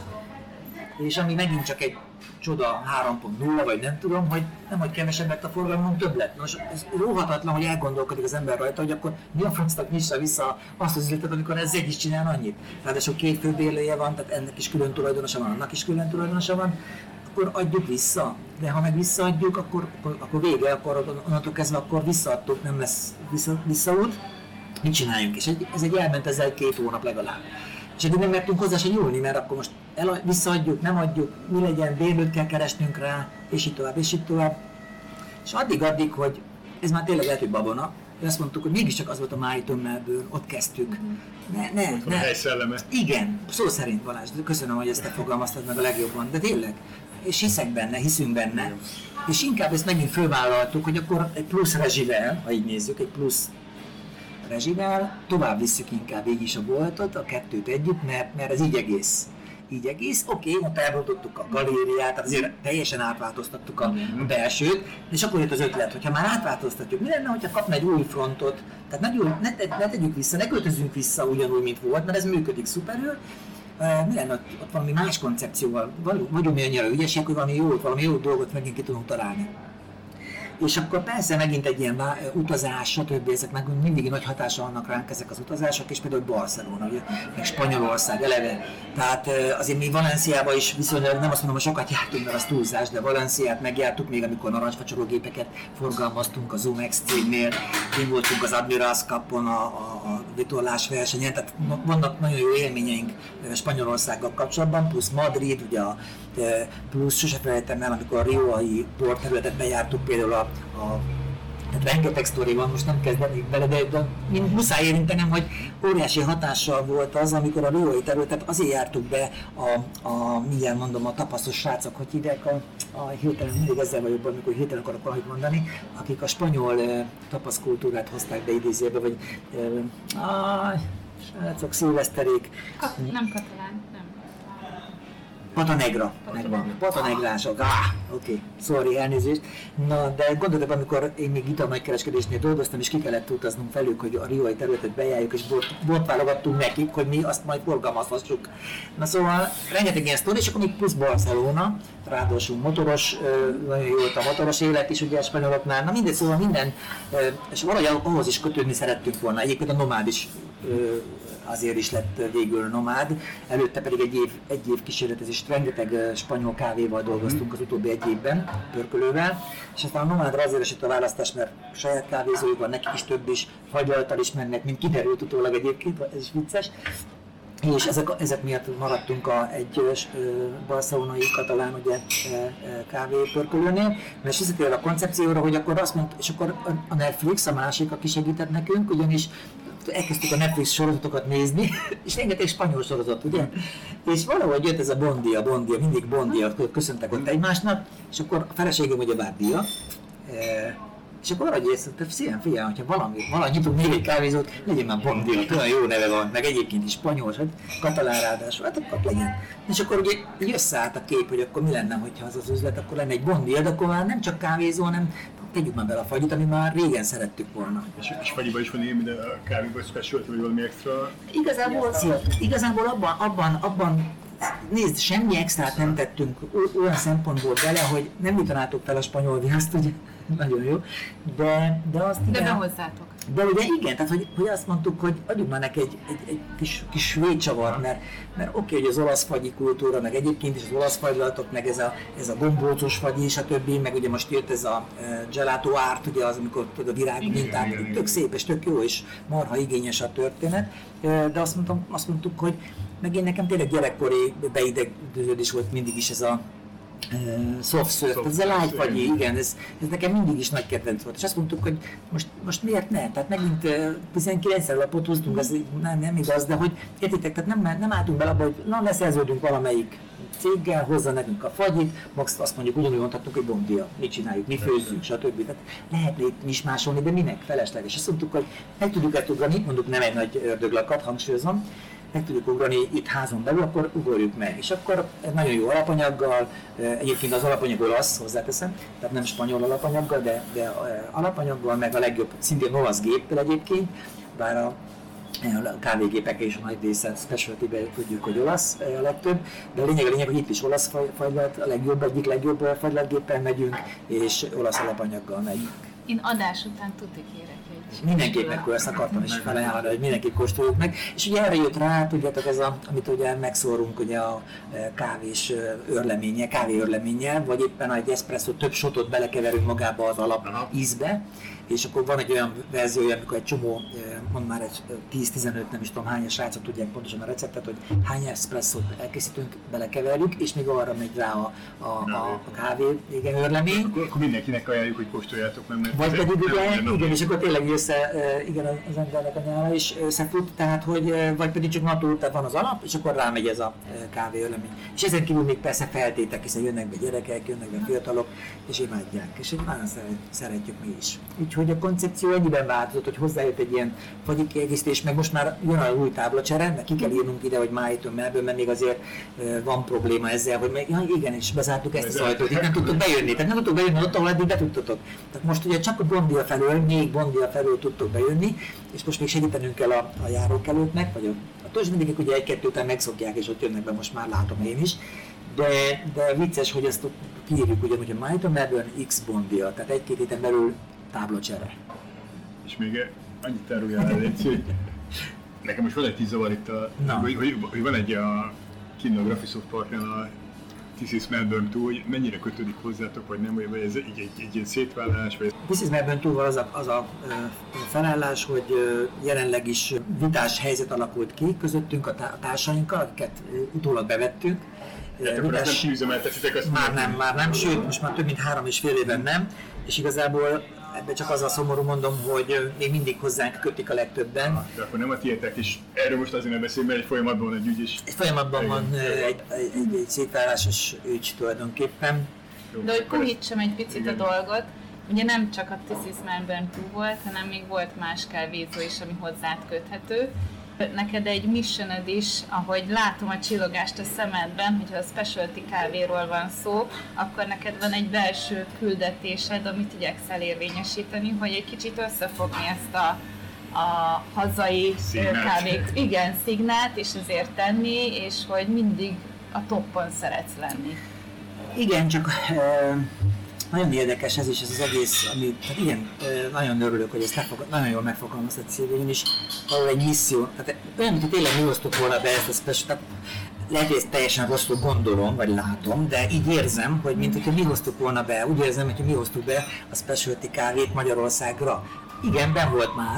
És ami megint csak egy csoda 3.0, vagy nem tudom, hogy nem hogy kevesebb lett a forgalmunk, több lett. Nos, ez róhatatlan, hogy elgondolkodik az ember rajta, hogy akkor mi a francnak nyissa vissza azt az üzletet, amikor ez egy is csinál annyit. Ráadásul két főbérlője van, tehát ennek is külön tulajdonosa van, annak is külön tulajdonosa van, akkor adjuk vissza. De ha meg visszaadjuk, akkor vége, akkor onnantól kezdve akkor visszaadtuk, nem lesz visszaút. Mit csináljunk? És ez egy elment ezzel 2 hónap legalább. És eddig nem mertünk hozzá se nyúlni, mert akkor most visszaadjuk, nem adjuk, mi legyen, bérlőt kell keresnünk rá, és így tovább, és így tovább. És addig, hogy ez már tényleg lehet, hogy babona, és azt mondtuk, hogy mégiscsak az volt a Myton Melbourne, ott kezdtük. Ne. A helyszelleme. Igen, szó szerint Balázs, köszönöm, hogy ezt te fogalmaztad meg a legjobban, de tényleg. És hiszünk benne. És inkább ezt megint fölvállaltuk, hogy akkor egy plusz rezsivel, ha így nézzük, egy plusz rezsivel, tovább visszük inkább így is a boltot, a kettőt együtt, mert ez így egész. Oké, ott elbontottuk a galériát, tehát azért teljesen átváltoztattuk a belsőt, és akkor jött az ötlet, hogyha már átváltoztatjuk, mi lenne, hogyha kapna egy új frontot, tehát ne tegyük vissza, ne költözzünk vissza ugyanúgy, mint volt, mert ez működik szuperül. Mi lenne ott valami más koncepcióval, vagyunk mi annyira ügyesek, hogy valami jó dolgot megint ki tudunk találni. És akkor persze megint egy ilyen utazás, stb. Ezek meg mindig nagy hatása vannak ránk ezek az utazások, és például Barcelona, ugye, meg Spanyolország eleve. Tehát azért mi Valenciába is viszonylag, nem azt mondom, hogy sokat jártunk, mert az túlzás, de Valenciát megjártuk még, amikor narancsfacsorogépeket forgalmaztunk a Zoom X cégnél, én voltunk az Admirals Cupon, a vitorlás versenyen, tehát vannak nagyon jó élményeink Spanyolországgal kapcsolatban, plusz Madrid, ugye plusz sose felejtem el, amikor a rióai porterületet bejártuk, például tehát rengeteg sztori van, most nem kezdenék bele, de muszáj érintenem, hogy óriási hatással volt az, amikor a rióai területet azért jártuk be mindjárt mondom, a tapasztos srácok, hogy hívják, hirtelen mindig ezzel vagyok, amikor hirtelen akarok valamit mondani, akik a spanyol tapaszkultúrát hozták be idézőbe, vagy srácok, szilveszterék. Nem katalán, nem. Patanegra, megvan. Patanegrások. Oké, sorry, elnézést. Na, de gondoltam, amikor én még itt a nagykereskedésnél dolgoztam, és ki kellett utaznunk velük, hogy a rióai területet bejárjuk, és bort válogattunk nekik, hogy mi azt majd forgalmazhassuk. Na szóval, rengeteg ilyen sztori, és akkor még plusz Barcelona, ráadásul motoros, nagyon jó volt a motoros élet is, ugye a spanyoloknál. Na mindegy, szóval minden, és valahogy ahhoz is kötődni szerettünk volna. Egyébként a nomád is azért is lett végül nomád, előtte pedig egy év kísérletezést, rengeteg spanyol kávéval dolgoztunk az utóbbi egy évben, pörkölővel, és aztán a nomádra azért esett a választás, mert saját kávézójuk van, nekik is több is, fagylaltal is mennek, mint kiderült utólag egyébként, ez is vicces. És ezek miatt maradtunk egy barcelonai katalán ugye, kávépörkölőnél, mert visszatérve a koncepcióra, hogy akkor azt mondta, és akkor a Netflix, a másik, aki segített nekünk, ugyanis elkezdtük a Netflix sorozatokat nézni, és rengeteg spanyol sorozat, ugye? És valahogy jött ez a Bondia, mindig Bondia, köszöntek ott egymásnak, és akkor a feleségem ugye Bárdia, És akkor arra gyészült, szépen figyelj, hogyha valami nyitunk még egy kávézót, legyen már Bondia, olyan jó neve van, meg egyébként is spanyol, katalán ráadásul, hát akkor legyen. És akkor ugye összeállt a kép, hogy akkor mi lenne, hogyha az üzlet, akkor lenne egy Bondia, de akkor már nem csak kávézó, hanem tegyük már bele a fagyit, ami már régen szerettük volna. És fagyiban is van ilyen, de a kávéban specialty, vagy valami extra? Igazából abban nézd, semmi extrát nem tettünk olyan szempontból bele, hogy nem jutanátok fel a spanyol viaszt, ugye, nagyon jó, de azt igen. De behozzátok. De ugye igen, tehát hogy azt mondtuk, hogy adjunk már neki egy kis svéd csavart, mert oké, hogy az olasz fagyi kultúra, meg egyébként is az olasz fagylalatok, meg ez a gombócos fagy és a többi, meg ugye most jött ez a gelato art, ugye az, amikor a virág minták, tök szép és tök jó, és marha igényes a történet, de azt mondtuk, hogy meg én nekem tényleg gyerekkori beidegződés volt mindig is ez a soft serve, ez a light fagyi, igen, ez nekem mindig is nagy kedvenc volt. És azt mondtuk, hogy most miért ne? Tehát megint 19-szer lapot húztunk, ez nem igaz, de hogy értitek, tehát nem álltunk bele abba, hogy leszerződünk valamelyik céggel, hozza nekünk a fagyit, max azt mondjuk ugyanúgy mondhattuk, hogy Bondia, mit csináljuk, mi főzzünk, stb. Tehát lehetne itt is másolni, de minek felesleges. Azt mondtuk, hogy meg tudjuk ezt ugrani, mondjuk nem egy nagy ördöglakat, hangsúlyozom, meg tudjuk ugrani itt házon belül, akkor ugorjuk meg. És akkor nagyon jó alapanyaggal, egyébként az alapanyag olasz, hozzáteszem, tehát nem spanyol alapanyaggal, de alapanyaggal, meg a legjobb, szintén olasz géppel egyébként, bár a kávégépek és a nagy része specialty-ben tudjuk, hogy olasz a legtöbb, de a lényeg, hogy itt is olasz fagylat, a legjobb, egyik legjobb fagylatgéppel megyünk, és olasz alapanyaggal megyünk. Én adás után tudni kérek egy. Mindenképpen ezt akartam is felajánlani, hogy mindenképp kóstoljuk meg. És ugye erre jött rá, tudjátok, ez amit ugye megszórunk ugye a kávés örleménye, kávé örleménnyel, vagy éppen egy espresso több shotot belekeverünk magába az alap ízbe, és akkor van egy olyan verziója, amikor egy csomó, mond már egy 10-15, nem is tudom hányas srácok tudják pontosan a receptet, hogy hány espresszót elkészítünk, belekeverjük, és még arra megy rá a kávé, igen, örlemény. Akkor mindenkinek ajánljuk, hogy kóstoljátok meg, mert vagy pedig igen, és akkor tényleg igen, az embernek a nyála is összefut, tehát hogy, vagy pedig csak natúr, tehát van az alap, és akkor rámegy ez a kávé örlemény. És ezen kívül még persze feltétek, hiszen jönnek be gyerekek, jönnek be fiatalok, és imádják, és nagyon szeretjük mi is. Úgyhogy a koncepció ennyiben változott, hogy hozzájött egy ilyen fagyi kiegészítés, meg most már jön a új táblacsere, meg ki kell írnunk ide, hogy májtől melből, mert még azért van probléma ezzel, hogy igen, és bezártuk ezt a ajtót, itt nem tudtok bejönni, tehát nem tudtok bejönni ott, ahol eddig be tudtatok. Tehát most ugye csak a Bondia felől, még Bondia felől tudtok bejönni, és most még segítenünk kell a járókelőknek, vagy a tojzsmindigek ugye egy-kettő után megszokják, és ott jönnek be, most már látom én is. De vicces, hogy ezt kiírjuk ugyanúgy, hogy májtól melből X Bondia, tehát egy-két héten belül táblacsere. És még annyit áruljál el, hogy nekem most van egy zavar itt, hogy van egy a kinn a Graphisoft partner, a This is Melbourne Tour, hogy mennyire kötődik hozzátok, vagy nem, vagy ez egy ilyen szétvállalás? Vagy... This is Melbourne Tour az a felállás, hogy jelenleg is vitás helyzet alakult ki közöttünk a társainkkal, akiket utólag bevettünk. Akkor ezt nem kiüzemeltetitek, azt már nem, sőt, most már több mint 3,5 éven nem, és igazából ebben csak azzal szomorú mondom, hogy még mindig hozzánk kötik a legtöbben. De akkor nem a tietek is, erről most azért nem beszélünk, mert egy folyamatban van egy ügy is. Egy folyamatban van egy szétválásos ügy tulajdonképpen. De hogy puhítsam egy picit a dolgot, ugye nem csak a This is Melbourne Tour volt, hanem még volt más kávézó is, ami hozzád köthető. Neked egy missioned is, ahogy látom a csillogást a szemedben, hogyha a specialty kávéról van szó, akkor neked van egy belső küldetésed, amit igyekszel érvényesíteni, hogy egy kicsit összefogni ezt a hazai kávét, igen, szignát, és ezért tenni, és hogy mindig a toppon szeretsz lenni. Igen, csak nagyon érdekes ez is, ez az egész, ami, hát igen, nagyon örülök, hogy ezt nagyon jól megfogalmaztad Szilvi, is valahol egy misszió, tehát olyan, mintha tényleg mi hoztuk volna be ezt a special, lehet, hogy ezt teljesen rosszul gondolom, vagy látom, de így érzem, hogy mint hogyha mi hoztuk volna be, úgy érzem, hogy mi hoztuk be a specialty kávét Magyarországra. Igen, benn volt már,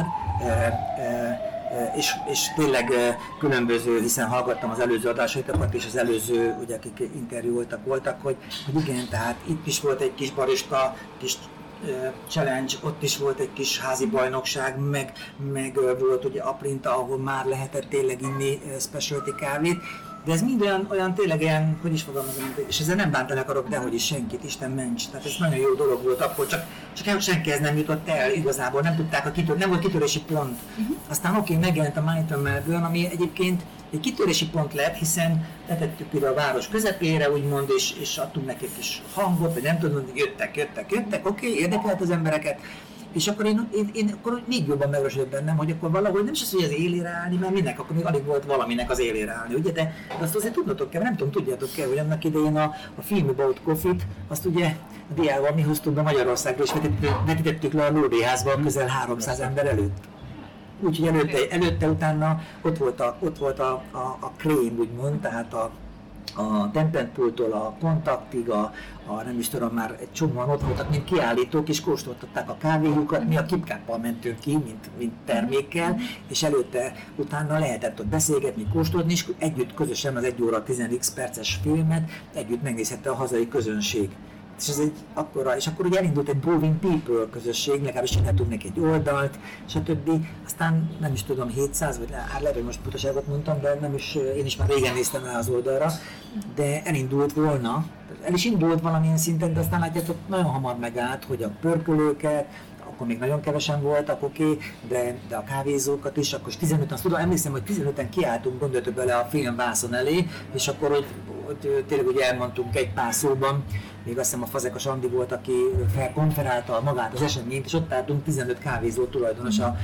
és tényleg különböző, hiszen hallgattam az előző adásaitokat, és az előző, ugye, akik interjúoltak voltak, hogy igen, tehát itt is volt egy kis barista, kis challenge, ott is volt egy kis házi bajnokság, meg volt ugye Aprinta, ahol már lehetett tényleg inni specialty kávét, de ez mind olyan tényleg hogy is fogalmazom, és ezzel nem bántani akarok dehogy is senkit, Isten ments, tehát ez nagyon jó dolog volt akkor, csak csak senkihez nem jutott el igazából, nem tudták nem volt kitörési pont. Aztán megjelent a Mindturn Melbourne, ami egyébként egy kitörési pont lett, hiszen letettük ide a város közepére, úgymond, és adtunk neki egy kis hangot, vagy nem tudom, jöttek, érdekelt az embereket. És akkor én akkor még jobban megrösödött bennem, hogy akkor valahogy nem is az, hogy az élére állni, mert mindenki, akkor még alig volt valaminek az élére állni, ugye? De azt azért tudnotok kell, nem tudom, tudjátok-e, hogy annak idején a Film About Coffee-t, azt ugye a diával mi hoztuk be Magyarországra, és vetítettük le a Lódéházban közel 300 ember előtt. Úgyhogy előtte utána ott volt a krém, úgymond, tehát a Tempentpultól a Kontaktig, a nem is tudom, már egy csomóan ott voltak, mint kiállítók, és kóstoltatták a kávéjukat, mi a KitKattal mentünk ki, mint termékkel, és utána lehetett ott beszélgetni, kóstolni, és együtt közösen az 1 óra 10x perces filmet együtt megnézhette a hazai közönség. És ez és akkor ugye elindult egy Brewing People közösség, legalábbis csináltunk neki egy oldalt, stb. Aztán nem is tudom, 700, vagy lehet, hogy most butaságot mondtam, de én is már régen néztem rá az oldalra, de elindult volna, el is indult valamilyen szinten, de aztán látjátok, nagyon hamar megállt, hogy a pörkölőket, akkor még nagyon kevesen voltak, de a kávézókat is, akkor 15-en, tudom, emlékszem, hogy 15-en kiálltunk, gondoljatok bele a filmvászon elé, és akkor hogy tényleg ugye elmondtunk egy pár szóban, még azt hiszem a Fazekas Andi volt, aki felkonferálta magát az eseményt, és ott álltunk 15 kávézó tulajdonos a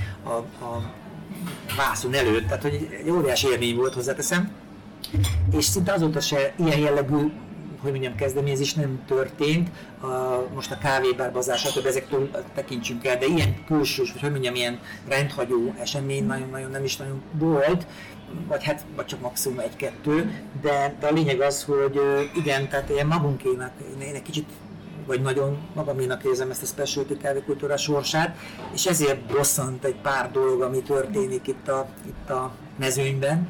vászon előtt, tehát hogy egy óriási élmény volt, hozzáteszem. És szinte azóta se ilyen jellegű, hogy mondjam, kezdeményezés nem történt, most a kávébárbazás, stb. Ezektől tekintsünk el, de ilyen külsős, vagy hogy mondjam, ilyen rendhagyó esemény nagyon nem is nagyon volt, vagy csak maximum 1-2, de a lényeg az, hogy igen, tehát ilyen magunkénak, én egy kicsit, vagy nagyon magaménak érzem ezt a specialty kávékultúra sorsát, és ezért bosszant egy pár dolog, ami történik itt a mezőnyben.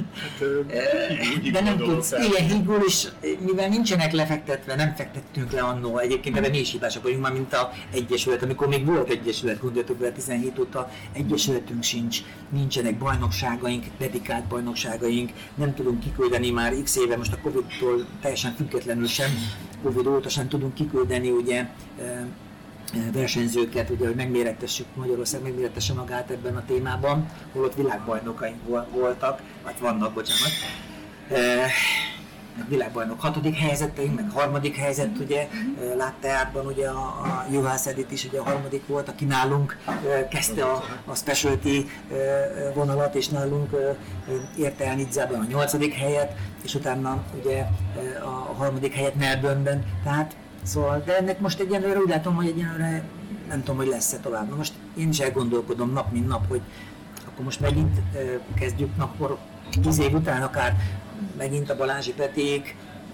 De nem tudsz, ilyen hígul is, mivel nincsenek lefektetve, nem fektettünk le annól, egyébként de mi is hibásak vagyunk már, mint a egyesület, amikor még volt egyesület, gondoljatok be, 17 óta egyesületünk sincs, nincsenek bajnokságaink, dedikált bajnokságaink, nem tudunk kiküldeni már x éve, most a Covid-tól teljesen függetlenül sem, Covid óta sem tudunk kiküldeni ugye versenyzőket, ugye, hogy megmérettessük, Magyarország megmérettesse magát ebben a témában, holott világbajnokaink voltak, vagy vannak, bocsánat. Világbajnok 6. helyzeteink, meg 3. helyzet, ugye, Látteárban ugye a Juhász Edith is ugye a 3. volt, aki nálunk kezdte a specialty vonalat, és nálunk érte el Nizzában a 8. helyet, és utána ugye a 3. helyet Melbourneben, tehát szóval, de ennek most egyenlőre úgy látom, hogy egyenlőre nem tudom, hogy lesz-e tovább. Most én is elgondolkodom nap mint nap, hogy akkor most megint kezdjük, akkor 10 év után akár megint a Balázsi Peték,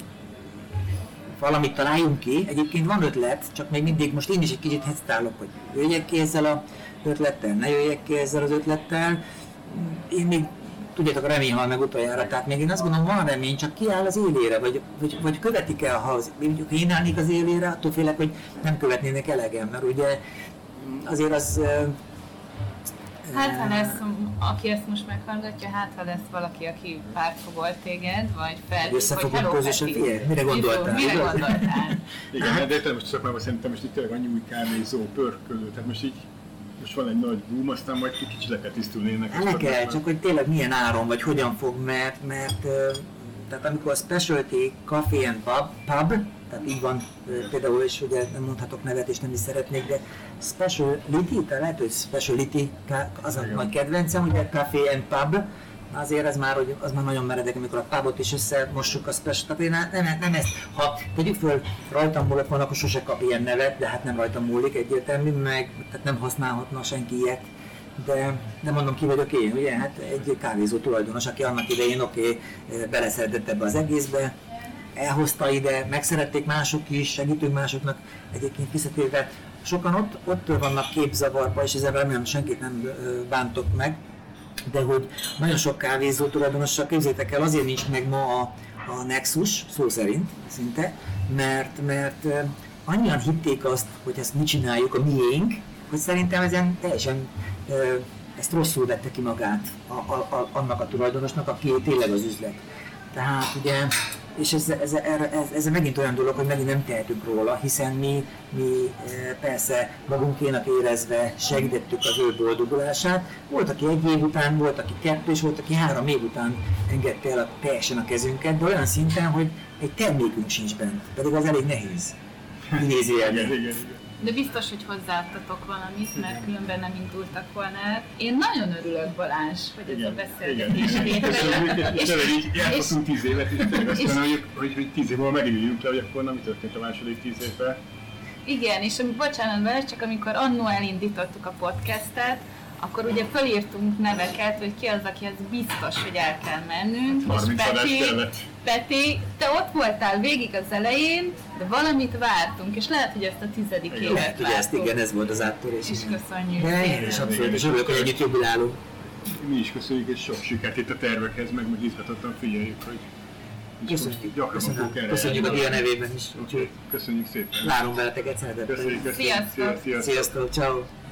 valamit találjunk ki. Egyébként van ötlet, csak még mindig most én is egy kicsit hezitálok, hogy jöjjek ki ezzel az ötlettel, ne jöjjek ki ezzel az ötlettel. Én még, tudjátok, a remény hal meg utoljára, tehát még én azt gondolom, van remény, csak kiáll az élére, vagy követik el, ha én állnék az élére, attól félek, hogy nem követnének elegem, mert ugye azért az... Hát ha lesz, aki ezt most meghallgatja, hát ha lesz valaki, aki pártfogol téged, vagy felhív, hogy hello Peti. Mire gondoltál? Igen, de most szakmában szerintem most itt tényleg annyi új kávézó, pörkölő, tehát most van egy nagy boom, aztán majd kicsit le kell tisztulni ennek. Le kell, csak hogy tényleg milyen áron, vagy hogyan fog, mert tehát amikor a Specialty Coffee and Pub, tehát így van például, és ugye nem mondhatok nevet, és nem is szeretnék, de Specialty, tehát lehet, hogy Specialty az a nagy kedvencem, ugye Coffee and Pub, azért az már nagyon meredek, amikor a pubot is összemossuk a Specialty, tehát én nem ezt, ha tegyük föl, rajtam múlott van, akkor sose kap ilyen nevet, de hát nem rajtam múlik egyértelmű, tehát nem használhatna senki ilyet. De mondom, ki vagyok én, ugye? Hát egy kávézó tulajdonos, aki annak idején beleszeretett ebbe az egészbe, elhozta ide, megszerették mások is, segítünk másoknak egyébként visszatérve. Sokan ott vannak képzavarba, és ezzel remélem senkit nem bántok meg, de hogy nagyon sok kávézó tulajdonossal, képzeljétek el, azért nincs meg ma a Nexus, szó szerint szinte, mert annyian hitték azt, hogy ezt mi csináljuk, a miénk, hogy szerintem ezen teljesen ezt rosszul vette ki magát annak a tulajdonosnak, aki tényleg az üzlet. Tehát ugye és ez megint olyan dolog, hogy megint nem tehetünk róla, hiszen mi persze magunkénak érezve segítettük az ő boldogulását. Volt, aki 1 év után, volt, aki 2, és volt, aki 3 év után engedte el teljesen a kezünket, de olyan szinten, hogy egy termékünk sincs bent, pedig az elég nehéz. Igen. De biztos, hogy hozzáadtatok valamit, mert különben nem indultak volna el. Én nagyon örülök, Balázs, hogy ez a beszélgetés létrejött. És járhatunk 10 évet, és tényleg azt mondom, hogy 10 év múlva megüljünk le, hogy akkor mi történt a második 10 évben. Igen, és bocsánat vele, csak amikor annó elindítottuk a podcastet, akkor ugye fölírtunk neveket, hogy ki az, aki az biztos, hogy el kell mennünk. 30 adás kellett. Peti, te ott voltál végig az elején, de valamit vártunk, és lehet, hogy ezt a 10. évet vártunk. Igen, ez volt az áttörés. És köszönjük. És abszolút, és örülök, hogy együtt jubilálunk. Mi is köszönjük, és sok sikert itt a tervekhez, meg izgatottan figyeljük, hogy Köszönjük a Dia nevében is. Köszönjük szépen. Várom veleteket szeretettel. Sziasztok! Sziasztok, ciao.